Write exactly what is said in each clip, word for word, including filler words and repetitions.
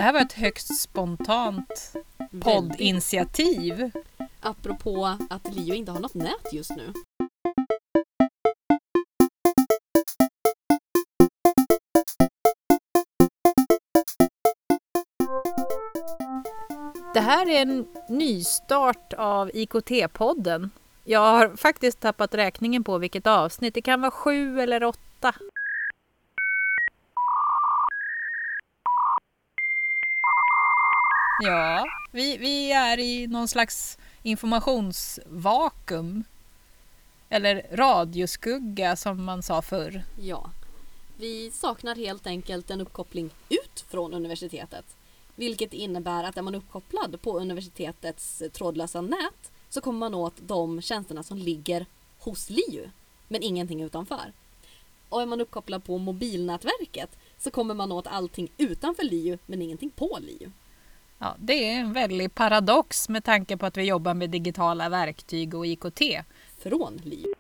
här var ett högst spontant poddinitiativ. Apropå att Lio inte har något nät just nu. Det här är en nystart av I K T-podden. Jag har faktiskt tappat räkningen på vilket avsnitt. Det kan vara sju eller åtta. Ja, vi, vi är i någon slags informationsvakuum. Eller radioskugga som man sa förr. Ja, vi saknar helt enkelt en uppkoppling ut från universitetet. Vilket innebär att är man uppkopplad på universitetets trådlösa nät så kommer man åt de tjänsterna som ligger hos Lio, men ingenting utanför. Och är man uppkopplad på mobilnätverket så kommer man åt allting utanför Lio, men ingenting på Lio. Ja, det är en väldig paradox med tanke på att vi jobbar med digitala verktyg och I K T. Från Lio.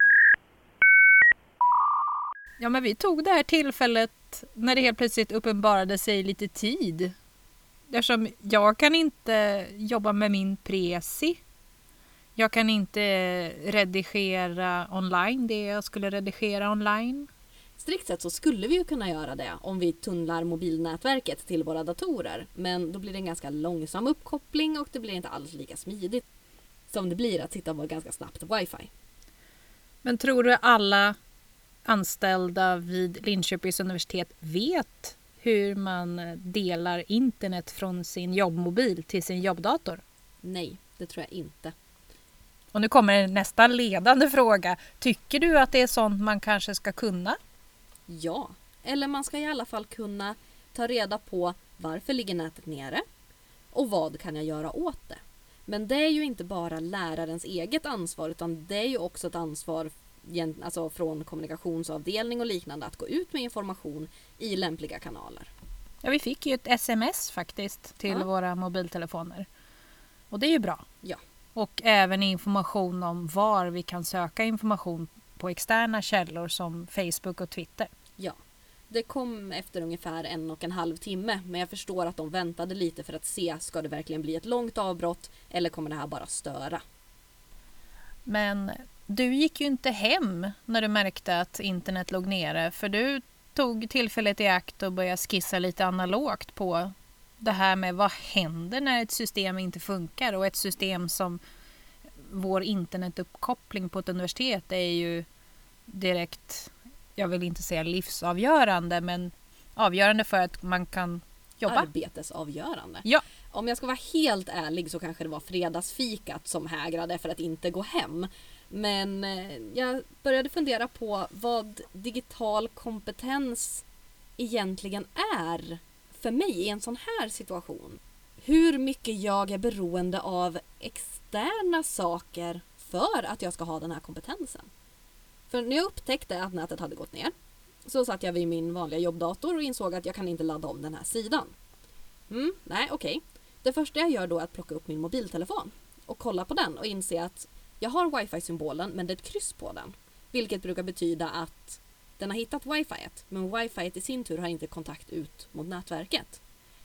Ja, men vi tog det här tillfället när det helt plötsligt uppenbarade sig lite tid. Eftersom jag kan inte jobba med min presi. Jag kan inte redigera online det jag skulle redigera online. Strikt sett så skulle vi ju kunna göra det om vi tunnlar mobilnätverket till våra datorer. Men då blir det en ganska långsam uppkoppling och det blir inte alls lika smidigt som det blir att sitta på ganska snabbt wifi. Men tror du alla anställda vid Linköpings universitet vet hur man delar internet från sin jobbmobil till sin jobbdator? Nej, det tror jag inte. Och nu kommer nästa ledande fråga. Tycker du att det är sånt man kanske ska kunna? Ja, eller man ska i alla fall kunna ta reda på varför ligger nätet nere och vad kan jag göra åt det. Men det är ju inte bara lärarens eget ansvar utan det är ju också ett ansvar alltså från kommunikationsavdelning och liknande att gå ut med information i lämpliga kanaler. Ja, vi fick ju ett sms faktiskt till ja. våra mobiltelefoner. Och det är ju bra. Ja. Och även information om var vi kan söka information på externa källor som Facebook och Twitter. Ja, det kom efter ungefär en och en halv timme. Men jag förstår att de väntade lite för att se, ska det verkligen bli ett långt avbrott eller kommer det här bara störa? Men du gick ju inte hem när du märkte att internet låg nere. För du tog tillfället i akt och började skissa lite analogt på det här med vad händer när ett system inte funkar. Och ett system som vår internetuppkoppling på ett universitet är ju direkt, jag vill inte säga livsavgörande, men avgörande för att man kan jobba. Arbetesavgörande. Ja. Om jag ska vara helt ärlig så kanske det var fredagsfikat som hägrade för att inte gå hem. Men jag började fundera på vad digital kompetens egentligen är för mig i en sån här situation. Hur mycket jag är beroende av externa saker för att jag ska ha den här kompetensen. För när jag upptäckte att nätet hade gått ner så satt jag vid min vanliga jobbdator och insåg att jag kan inte ladda om den här sidan. Mm, nej, okej. Okay. Det första jag gör då är att plocka upp min mobiltelefon och kolla på den och inse att jag har wifi-symbolen men det är ett kryss på den. Vilket brukar betyda att den har hittat wifi-et, men wifi-et i sin tur har inte kontakt ut mot nätverket.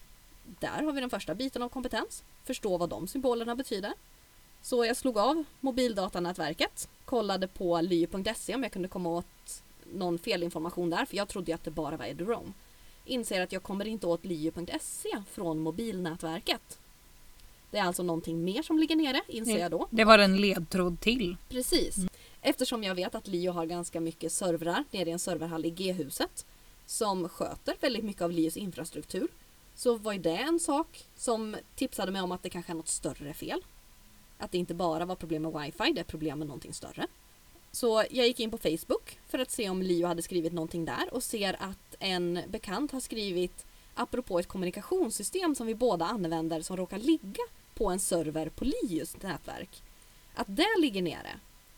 Där har vi den första biten av kompetens. Förstå vad de symbolerna betyder. Så jag slog av mobildatanätverket, kollade på lio punkt se om jag kunde komma åt någon felinformation där, för jag trodde att det bara var Eduroam. Inser att jag kommer inte åt lio punkt se från mobilnätverket. Det är alltså någonting mer som ligger nere, inser jag då. Det var en ledtråd till. Precis. Mm. Eftersom jag vet att Lio har ganska mycket servrar nere i en serverhall i G-huset som sköter väldigt mycket av Lios infrastruktur, så var det en sak som tipsade mig om att det kanske är något större fel. Att det inte bara var problem med wifi, det är problem med någonting större. Så jag gick in på Facebook för att se om Lio hade skrivit någonting där och ser att en bekant har skrivit apropå ett kommunikationssystem som vi båda använder som råkar ligga på en server på Lios nätverk. Att det ligger nere.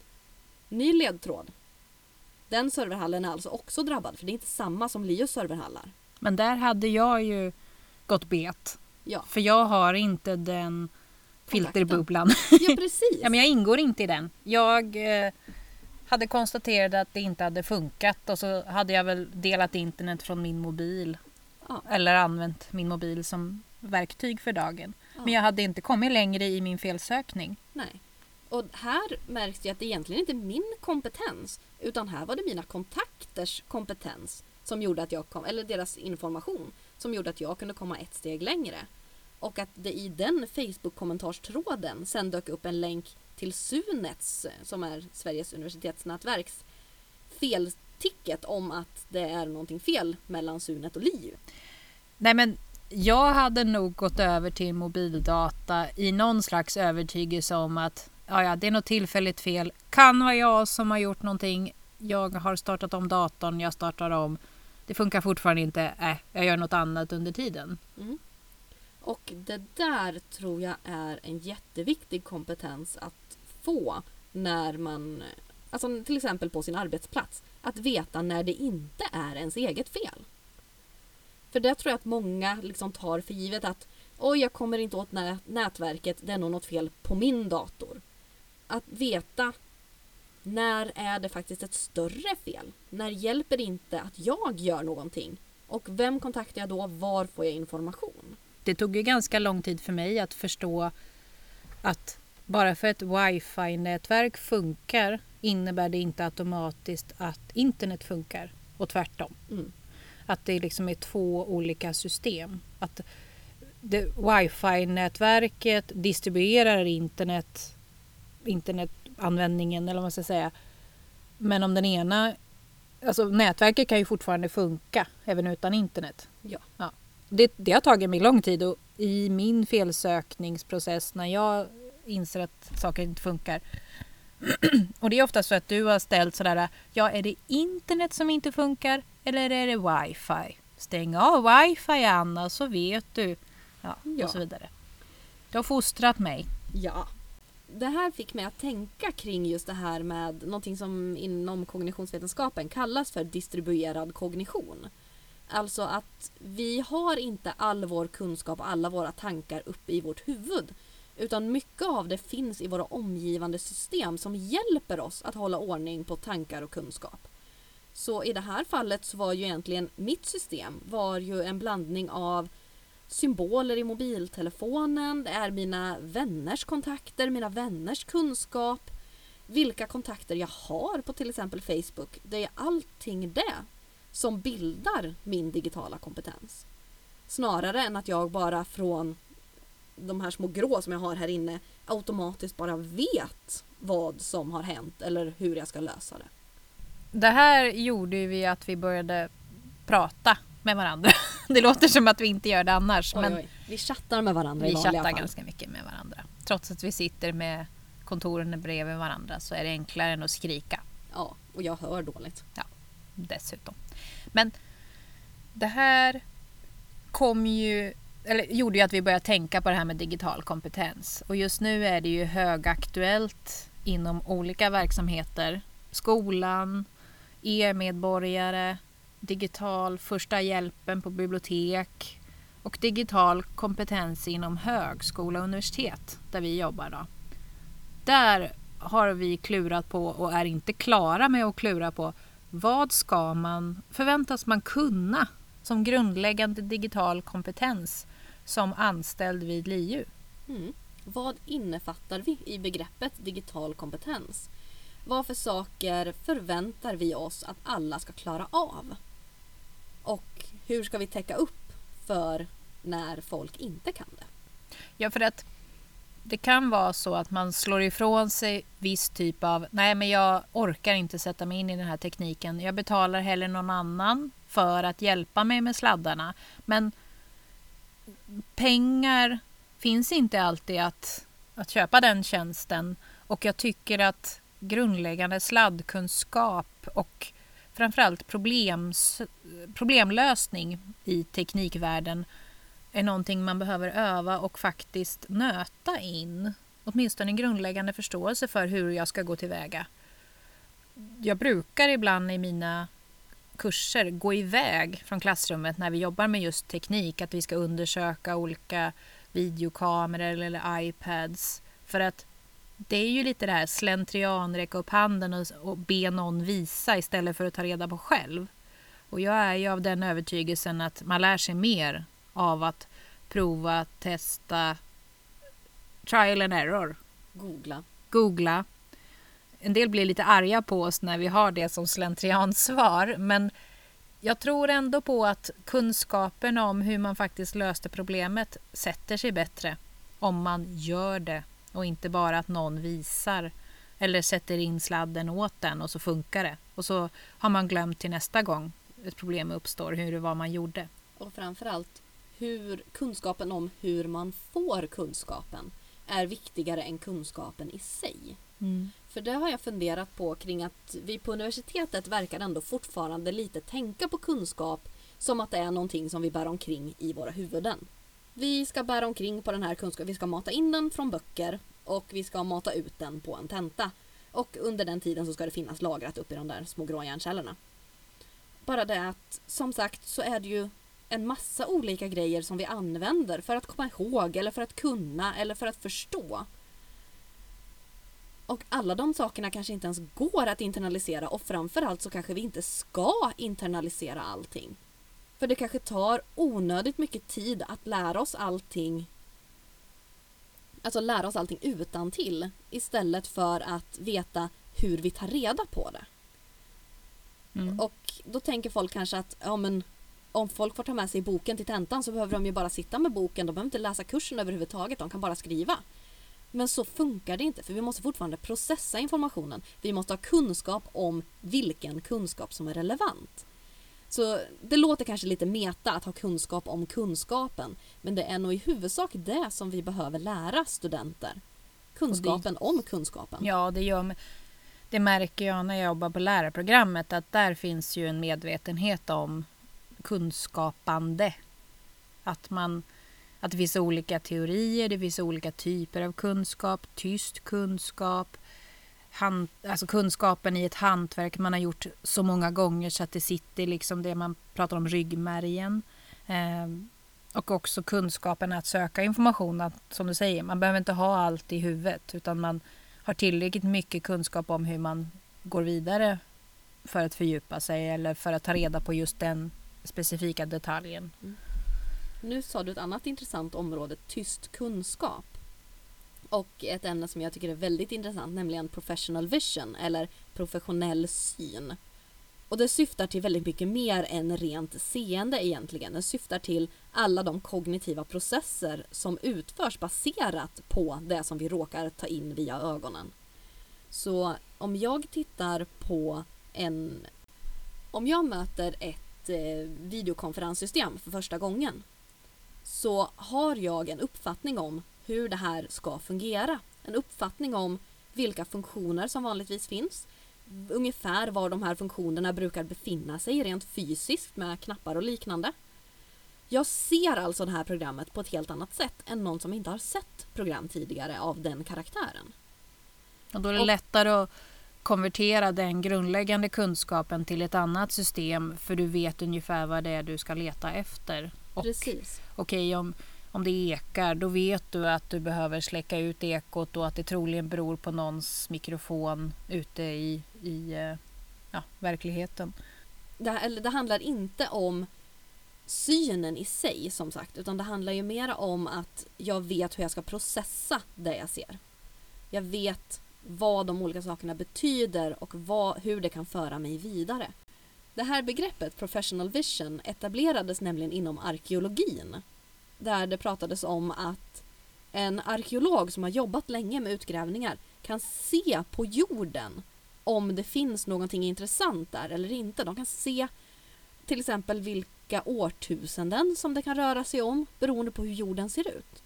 Ny ledtråd. Den serverhallen är alltså också drabbad, för det är inte samma som Lios serverhallar. Men där hade jag ju gått bet. Ja. För jag har inte den filterbubblan. Ja, precis. Ja, men jag ingår inte i den. Jag eh, hade konstaterat att det inte hade funkat och så hade jag väl delat internet från min mobil. Ja. Eller använt min mobil som verktyg för dagen. Ja. Men jag hade inte kommit längre i min felsökning. Nej. Och här märks det att det egentligen inte är min kompetens, utan här var det mina kontakters kompetens som gjorde att jag kom, eller deras information som gjorde att jag kunde komma ett steg längre. Och att det i den Facebook-kommentarstråden sen dök upp en länk till Sunets, som är Sveriges universitetsnätverks felticket om att det är någonting fel mellan Sunet och L I U. Nej, men jag hade nog gått över till mobildata i någon slags övertygelse om att ja, ja, det är något tillfälligt fel. Kan vara jag som har gjort någonting. Jag har startat om datorn, jag startar om. Det funkar fortfarande inte. Äh, jag gör något annat under tiden. Mm. Och det där tror jag är en jätteviktig kompetens att få när man, alltså till exempel på sin arbetsplats, att veta när det inte är ens eget fel. För det tror jag att många liksom tar för givet att oj, jag kommer inte åt nät- nätverket, det är nog något fel på min dator. Att veta när är det faktiskt ett större fel? När hjälper det inte att jag gör någonting? Och vem kontaktar jag då? Var får jag information? Det tog ju ganska lång tid för mig att förstå att bara för ett wifi-nätverk funkar innebär det inte automatiskt att internet funkar och tvärtom. Mm. Att det liksom är två olika system. Att det, wifi-nätverket distribuerar internet, internetanvändningen eller vad man ska säga. Men om den ena, alltså nätverket kan ju fortfarande funka även utan internet. Ja. Ja. Det, det har tagit mig lång tid och i min felsökningsprocess när jag inser att saker inte funkar. Och det är ofta så att du har ställt sådär, ja, är det internet som inte funkar eller är det wifi? Stäng av wifi, Anna, så vet du. Ja, Ja. och så vidare. Du har fostrat mig. Ja. Det här fick mig att tänka kring just det här med någonting som inom kognitionsvetenskapen kallas för distribuerad kognition. Alltså att vi har inte all vår kunskap och alla våra tankar uppe i vårt huvud. Utan mycket av det finns i våra omgivande system som hjälper oss att hålla ordning på tankar och kunskap. Så i det här fallet så var ju egentligen mitt system var ju en blandning av symboler i mobiltelefonen, det är mina vänners kontakter, mina vänners kunskap, vilka kontakter jag har på till exempel Facebook. Det är allting det som bildar min digitala kompetens. Snarare än att jag bara från de här små grå som jag har här inne automatiskt bara vet vad som har hänt eller hur jag ska lösa det. Det här gjorde vi att vi började prata med varandra. Det låter som att vi inte gör det annars. Oj, men oj. Vi chattar med varandra i vi vanliga chattar fall. ganska mycket med varandra. Trots att vi sitter med kontoren bredvid varandra så är det enklare än att skrika. Ja, och jag hör dåligt. Ja, dessutom. Men det här kom ju, eller gjorde ju att vi började tänka på det här med digital kompetens. Och just nu är det ju högaktuellt inom olika verksamheter. Skolan, e-medborgare, digital första hjälpen på bibliotek och digital kompetens inom högskola och universitet där vi jobbar då. Där har vi klurat på och är inte klara med att klura på vad ska man förväntas man kunna som grundläggande digital kompetens som anställd vid L I U. Mm. Vad innefattar vi i begreppet digital kompetens? Vad för saker förväntar vi oss att alla ska klara av? Och hur ska vi täcka upp för när folk inte kan det? Ja, för att det kan vara så att man slår ifrån sig viss typ av nej, men jag orkar inte sätta mig in i den här tekniken. Jag betalar hellre någon annan för att hjälpa mig med sladdarna. Men pengar finns inte alltid att, att köpa den tjänsten. Och jag tycker att grundläggande sladdkunskap och framförallt problems, problemlösning i teknikvärlden är någonting man behöver öva och faktiskt nöta in. Åtminstone en grundläggande förståelse för hur jag ska gå tillväga. Jag brukar ibland i mina kurser gå iväg från klassrummet när vi jobbar med just teknik. Att vi ska undersöka olika videokameror eller iPads. För att det är ju lite det här slentrian, räcka upp handen och, och be någon visa istället för att ta reda på själv. Och jag är ju av den övertygelsen att man lär sig mer av att prova, testa, trial and error. Googla. Googla. En del blir lite arga på oss när vi har det som slentriansvar, men jag tror ändå på att kunskapen om hur man faktiskt löste problemet sätter sig bättre om man gör det och inte bara att någon visar eller sätter in sladden åt den och så funkar det. Och så har man glömt till nästa gång ett problem uppstår hur det var man gjorde. Och framförallt hur kunskapen om hur man får kunskapen är viktigare än kunskapen i sig. Mm. För det har jag funderat på kring att vi på universitetet verkar ändå fortfarande lite tänka på kunskap som att det är någonting som vi bär omkring i våra huvuden. Vi ska bära omkring på den här kunskapen, vi ska mata in den från böcker och vi ska mata ut den på en tenta. Och under den tiden så ska det finnas lagrat upp i de där små grå hjärncellerna. Bara det att, som sagt, så är det ju en massa olika grejer som vi använder för att komma ihåg eller för att kunna eller för att förstå. Och alla de sakerna kanske inte ens går att internalisera och framförallt så kanske vi inte ska internalisera allting. För det kanske tar onödigt mycket tid att lära oss allting, alltså lära oss allting utantill istället för att veta hur vi tar reda på det. Mm. Och då tänker folk kanske att ja, men om folk får ta med sig boken till tentan så behöver de ju bara sitta med boken. De behöver inte läsa kursen överhuvudtaget. De kan bara skriva. Men så funkar det inte. För vi måste fortfarande processa informationen. Vi måste ha kunskap om vilken kunskap som är relevant. Så det låter kanske lite meta att ha kunskap om kunskapen. Men det är nog i huvudsak det som vi behöver lära studenter. Kunskapen det, om kunskapen. Ja, det gör det märker jag när jag jobbar på lärarprogrammet. Att där finns ju en medvetenhet om kunskapande. Att, man, att det finns olika teorier, det finns olika typer av kunskap, tyst kunskap, hand, alltså kunskapen i ett hantverk man har gjort så många gånger så att det sitter liksom det man pratar om ryggmärgen. Eh, och också kunskapen att söka information, att, som du säger, man behöver inte ha allt i huvudet utan man har tillräckligt mycket kunskap om hur man går vidare för att fördjupa sig eller för att ta reda på just den specifika detaljen. Mm. Nu sa du ett annat intressant område, tyst kunskap. Och ett ämne som jag tycker är väldigt intressant, nämligen professional vision eller professionell syn. Och det syftar till väldigt mycket mer än rent seende egentligen. Det syftar till alla de kognitiva processer som utförs baserat på det som vi råkar ta in via ögonen. Så om jag tittar på en... Om jag möter ett eh, videokonferenssystem för första gången så har jag en uppfattning om hur det här ska fungera. En uppfattning om vilka funktioner som vanligtvis finns. Ungefär var de här funktionerna brukar befinna sig rent fysiskt med knappar och liknande. Jag ser alltså det här programmet på ett helt annat sätt än någon som inte har sett program tidigare av den karaktären. Och då är det och, lättare att konvertera den grundläggande kunskapen till ett annat system för du vet ungefär vad det är du ska leta efter. Och, precis. Okej, om, om det ekar då vet du att du behöver släcka ut ekot och att det troligen beror på någons mikrofon ute i, i ja, verkligheten. Det, eller det handlar inte om synen i sig som sagt, utan det handlar ju mer om att jag vet hur jag ska processa det jag ser. Jag vet vad de olika sakerna betyder och vad, hur det kan föra mig vidare. Det här begreppet professional vision etablerades nämligen inom arkeologin. Där det pratades om att en arkeolog som har jobbat länge med utgrävningar kan se på jorden om det finns någonting intressant där eller inte. De kan se till exempel vilka årtusenden som det kan röra sig om beroende på hur jorden ser ut.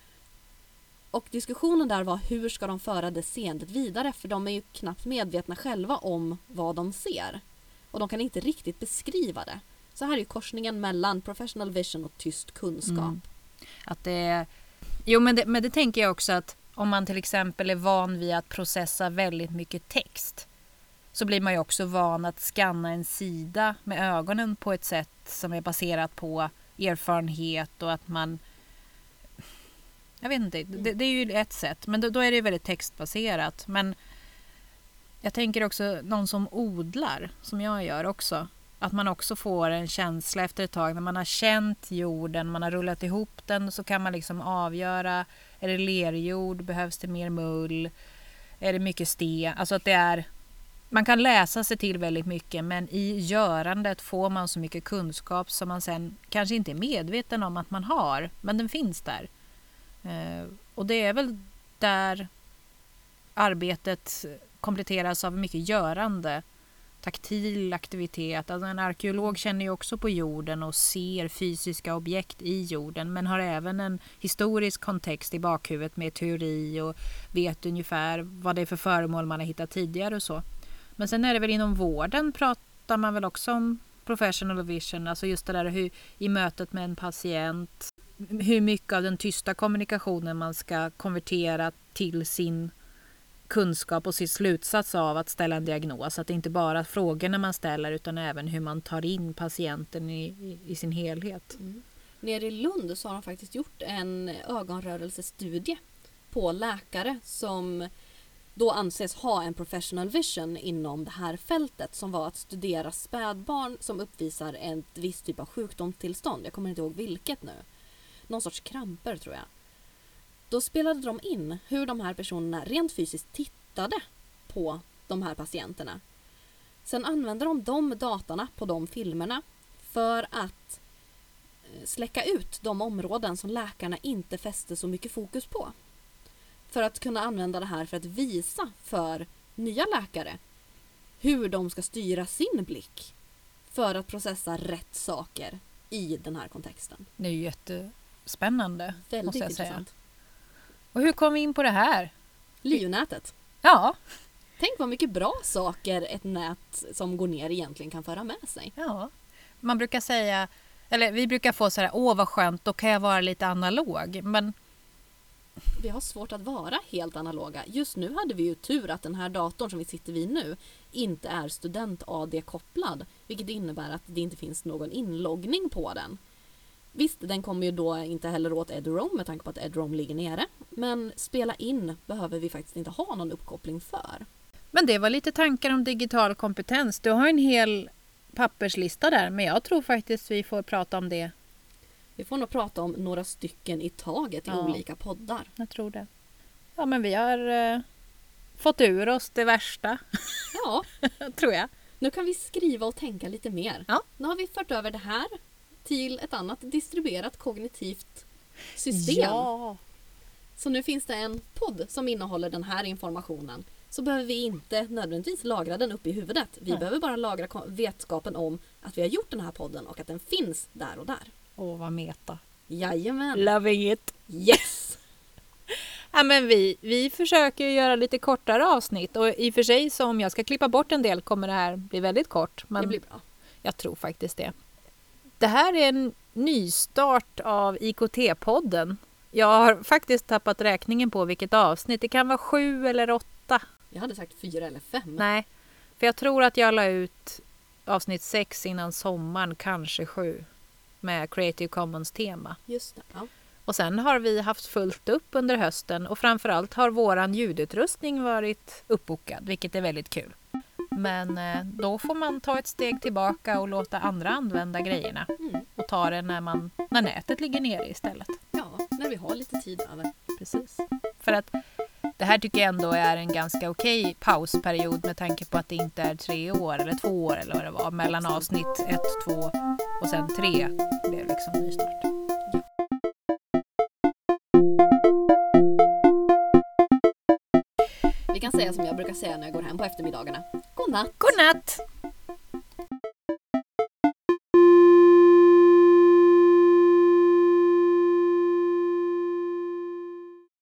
Och diskussionen där var hur ska de föra det seendet vidare, för de är ju knappt medvetna själva om vad de ser. Och de kan inte riktigt beskriva det. Så här är ju korsningen mellan professional vision och tyst kunskap. Mm. Att det, jo, men det, men det tänker jag också att om man till exempel är van vid att processa väldigt mycket text så blir man ju också van att skanna en sida med ögonen på ett sätt som är baserat på erfarenhet och att man... Jag vet inte, det, det är ju ett sätt, men då, då är det väldigt textbaserat. Men jag tänker också någon som odlar, som jag gör också. att man också får en känsla efter ett tag. När man har känt jorden, man har rullat ihop den, så kan man liksom avgöra, är det lerjord, behövs det mer mull, är det mycket sten? Alltså att det är, man kan läsa sig till väldigt mycket, men i görandet får man så mycket kunskap som man sen kanske inte är medveten om att man har, men den finns där. Eh, och det är väl där arbetet kompletteras av mycket görande, taktil aktivitet. Alltså en arkeolog känner ju också på jorden och ser fysiska objekt i jorden, men har även en historisk kontext i bakhuvudet med teori och vet ungefär vad det är för föremål man har hittat tidigare och så. Men sen är det väl inom vården pratar man väl också om professional vision, alltså just det där hur, i mötet med en patient, hur mycket av den tysta kommunikationen man ska konvertera till sin kunskap och sin slutsats av att ställa en diagnos. Att det inte bara är frågorna man ställer utan även hur man tar in patienten i, i, i sin helhet. Mm. Nere i Lund så har de faktiskt gjort en ögonrörelsestudie på läkare som då anses ha en professional vision inom det här fältet, som var att studera spädbarn som uppvisar en viss typ av sjukdomstillstånd. Jag kommer inte ihåg vilket nu. Någon sorts kramper tror jag. Då spelade de in hur de här personerna rent fysiskt tittade på de här patienterna. Sen använde de de datorna på de filmerna för att släcka ut de områden som läkarna inte fäste så mycket fokus på. För att kunna använda det här för att visa för nya läkare hur de ska styra sin blick för att processa rätt saker i den här kontexten. Det är ju jättespännande. Väldigt måste jag intressant. säga. Och hur kom vi in på det här? Lionätet. Ja. Tänk vad mycket bra saker ett nät som går ner egentligen kan föra med sig. Ja. Man brukar säga, eller vi brukar få så här, åh vad skönt, då kan jag vara lite analog. Men vi har svårt att vara helt analoga. Just nu hade vi ju tur att den här datorn som vi sitter vid nu inte är student-A D-kopplad. Vilket innebär att det inte finns någon inloggning på den. Visst, den kommer ju då inte heller åt Eduroam med tanke på att Eduroam ligger nere. Men spela in behöver vi faktiskt inte ha någon uppkoppling för. Men det var lite tankar om digital kompetens. Du har en hel papperslista där, men jag tror faktiskt vi får prata om det. Vi får nog prata om några stycken i taget i Ja. olika poddar. Jag tror det. Ja, men vi har eh, fått ur oss det värsta, Ja, tror jag. nu kan vi skriva och tänka lite mer. Ja. Nu har vi fört över det här till ett annat distribuerat kognitivt system. Ja. Så nu finns det en podd som innehåller den här informationen. Så behöver vi inte nödvändigtvis lagra den upp i huvudet. Vi Nej. behöver bara lagra ko- vetskapen om att vi har gjort den här podden och att den finns där och där. Åh, vad meta. Jajamän. Loving it. Yes! Ja, men vi, vi försöker göra lite kortare avsnitt. Och i och för sig, så om jag ska klippa bort en del kommer det här bli väldigt kort. Men Det blir bra. jag tror faktiskt det. Det här är en nystart av I K T-podden. Jag har faktiskt tappat räkningen på vilket avsnitt. Det kan vara sju eller åtta. Jag hade sagt fyra eller fem. Nej, för jag tror att jag la ut avsnitt sex innan sommaren, kanske sju. Med Creative Commons tema. Just det, ja. Och sen har vi haft fullt upp under hösten. Och framförallt har våran ljudutrustning varit uppbokad, vilket är väldigt kul. Men eh, då får man ta ett steg tillbaka och låta andra använda grejerna. Mm. Och ta det när, man, när nätet ligger nere istället. Ja, när vi har lite tid över. Precis. För att det här tycker jag ändå är en ganska okej pausperiod med tanke på att det inte är tre år eller två år eller vad det var. Mellan avsnitt ett, två och sen tre blev liksom nystart. Vi kan säga som jag brukar säga när jag går hem på eftermiddagarna. God natt! God natt!